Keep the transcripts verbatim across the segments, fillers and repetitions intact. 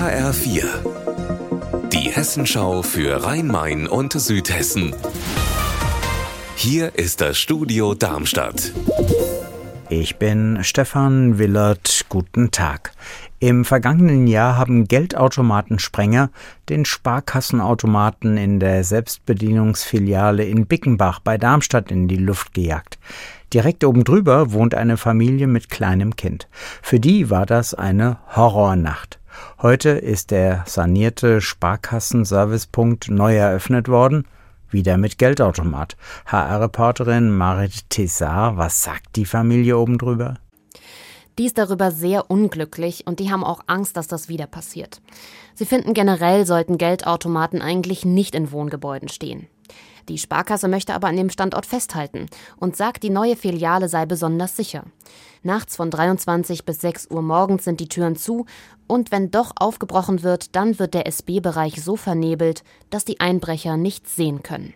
H R vier. Die Hessenschau für Rhein-Main und Südhessen. Hier ist das Studio Darmstadt. Ich bin Stefan Willert. Guten Tag. Im vergangenen Jahr haben Geldautomatensprenger den Sparkassenautomaten in der Selbstbedienungsfiliale in Bickenbach bei Darmstadt in die Luft gejagt. Direkt oben drüber wohnt eine Familie mit kleinem Kind. Für die war das eine Horrornacht. Heute ist der sanierte Sparkassenservicepunkt neu eröffnet worden. Wieder mit Geldautomat. H R-Reporterin Marit Tessar, was sagt die Familie oben drüber? Die ist darüber sehr unglücklich und die haben auch Angst, dass das wieder passiert. Sie finden, generell sollten Geldautomaten eigentlich nicht in Wohngebäuden stehen. Die Sparkasse möchte aber an dem Standort festhalten und sagt, die neue Filiale sei besonders sicher. Nachts von dreiundzwanzig bis sechs Uhr morgens sind die Türen zu und wenn doch aufgebrochen wird, dann wird der S B-Bereich so vernebelt, dass die Einbrecher nichts sehen können.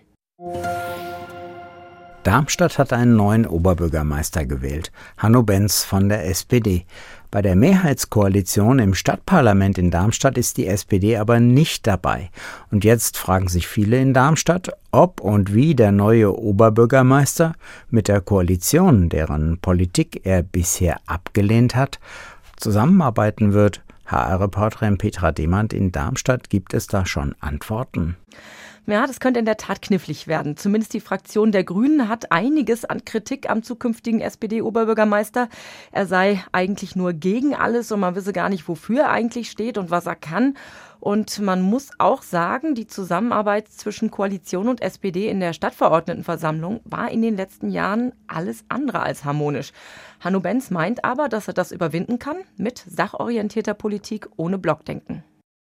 Darmstadt hat einen neuen Oberbürgermeister gewählt, Hanno Benz von der S P D. Bei der Mehrheitskoalition im Stadtparlament in Darmstadt ist die S P D aber nicht dabei. Und jetzt fragen sich viele in Darmstadt, ob und wie der neue Oberbürgermeister mit der Koalition, deren Politik er bisher abgelehnt hat, zusammenarbeiten wird. H R-Reporterin Petra Demand in Darmstadt, gibt es da schon Antworten? Ja, das könnte in der Tat knifflig werden. Zumindest die Fraktion der Grünen hat einiges an Kritik am zukünftigen S P D-Oberbürgermeister. Er sei eigentlich nur gegen alles und man wisse gar nicht, wofür er eigentlich steht und was er kann. Und man muss auch sagen, die Zusammenarbeit zwischen Koalition und S P D in der Stadtverordnetenversammlung war in den letzten Jahren alles andere als harmonisch. Hanno Benz meint aber, dass er das überwinden kann mit sachorientierter Politik ohne Blockdenken.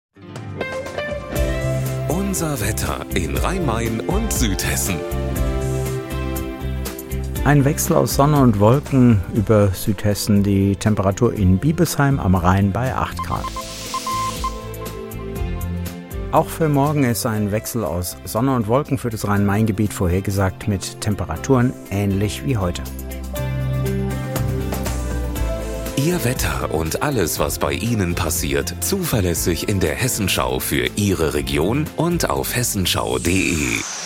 Unser Wetter in Rhein-Main und Südhessen. Ein Wechsel aus Sonne und Wolken über Südhessen, die Temperatur in Biebesheim am Rhein bei acht Grad. Auch für morgen ist ein Wechsel aus Sonne und Wolken für das Rhein-Main-Gebiet vorhergesagt mit Temperaturen ähnlich wie heute. Ihr Wetter und alles, was bei Ihnen passiert, zuverlässig in der Hessenschau für Ihre Region und auf hessenschau punkt de.